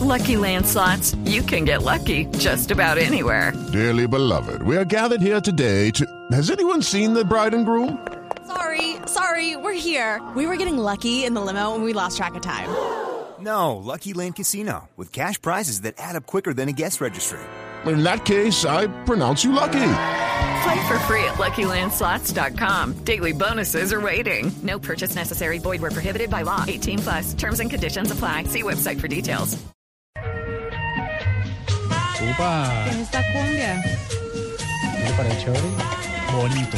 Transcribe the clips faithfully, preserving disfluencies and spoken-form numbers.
Lucky Land Slots, you can get lucky just about anywhere. Dearly beloved, we are gathered here today to... Has anyone seen the bride and groom? Sorry, sorry, we're here. We were getting lucky in the limo and we lost track of time. No, Lucky Land Casino, with cash prizes that add up quicker than a guest registry. In that case, I pronounce you lucky. Play for free at Lucky Land Slots dot com. Daily bonuses are waiting. No purchase necessary. Void where prohibited by law. eighteen plus. Terms and conditions apply. See website for details. Upa. ¿Qué es esta cumbia? ¿No te parece chévere? Bonito.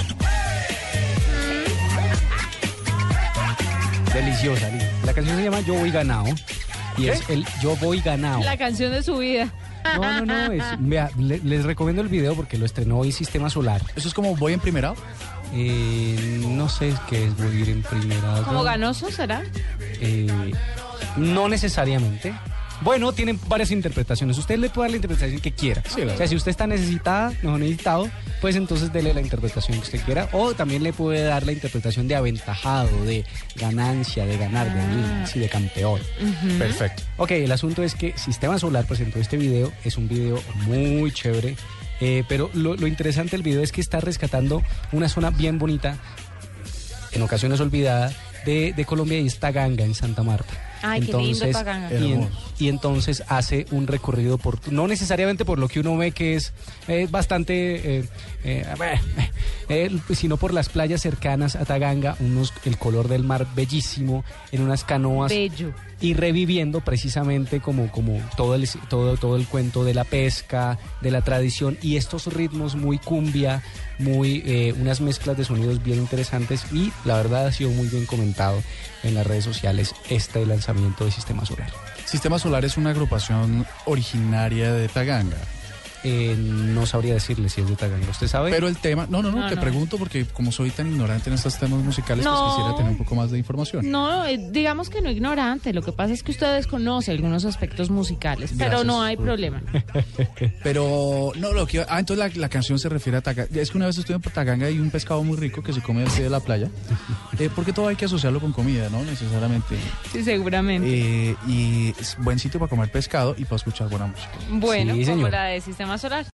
Deliciosa. La canción se llama Yo Voy Ganado. Y ¿qué? Es el Yo Voy Ganado. La canción de su vida. No, no, no. Es, vea, le, les recomiendo el video porque lo estrenó hoy Sistema Solar. ¿Eso es como Voy en Primerado? Eh, no sé qué es Voy en Primerado. ¿Como Ganoso será? Eh, no necesariamente. Bueno, tienen varias interpretaciones. Usted le puede dar la interpretación que quiera. Sí, o sea, si usted está necesitada, no necesitado, pues entonces dele la interpretación que usted quiera. O también le puede dar la interpretación de aventajado, de ganancia, de ganar, ah. de win, sí, de campeón. Uh-huh. Perfecto. Ok, el asunto es que Sistema Solar presentó este video. Es un video muy chévere. Eh, pero lo, lo interesante del video es que está rescatando una zona bien bonita, en ocasiones olvidada, de, de Colombia, y es Taganga, en Santa Marta. Ay, entonces, qué lindo Taganga. Y, en, y entonces hace un recorrido por, no necesariamente por lo que uno ve que es eh, bastante, eh, eh, eh, sino por las playas cercanas a Taganga, unos, el color del mar bellísimo, en unas canoas. Bello. Y reviviendo precisamente como, como todo, el, todo, todo el cuento de la pesca, de la tradición y estos ritmos muy cumbia, muy eh, unas mezclas de sonidos bien interesantes, y la verdad ha sido muy bien comentado en las redes sociales este lanzamiento de Sistema Solar. Sistema Solar es una agrupación originaria de Taganga. Eh, no sabría decirle si es de Taganga, ¿usted sabe? Pero el tema, no, no, no, no te no. pregunto porque como soy tan ignorante en estos temas musicales, no. pues quisiera tener un poco más de información. No, eh, digamos que no ignorante, lo que pasa es que usted desconoce algunos aspectos musicales, Gracias. Pero no hay problema. Pero, no, lo que, ah, entonces la, la canción se refiere a Taganga. Es que una vez estuve en Taganga y hay un pescado muy rico que se come al pie de la playa, eh, porque todo hay que asociarlo con comida, ¿no? Necesariamente. Sí, seguramente. Eh, y es buen sitio para comer pescado y para escuchar buena música. Bueno, sí, como señor. la de Sistema Solar.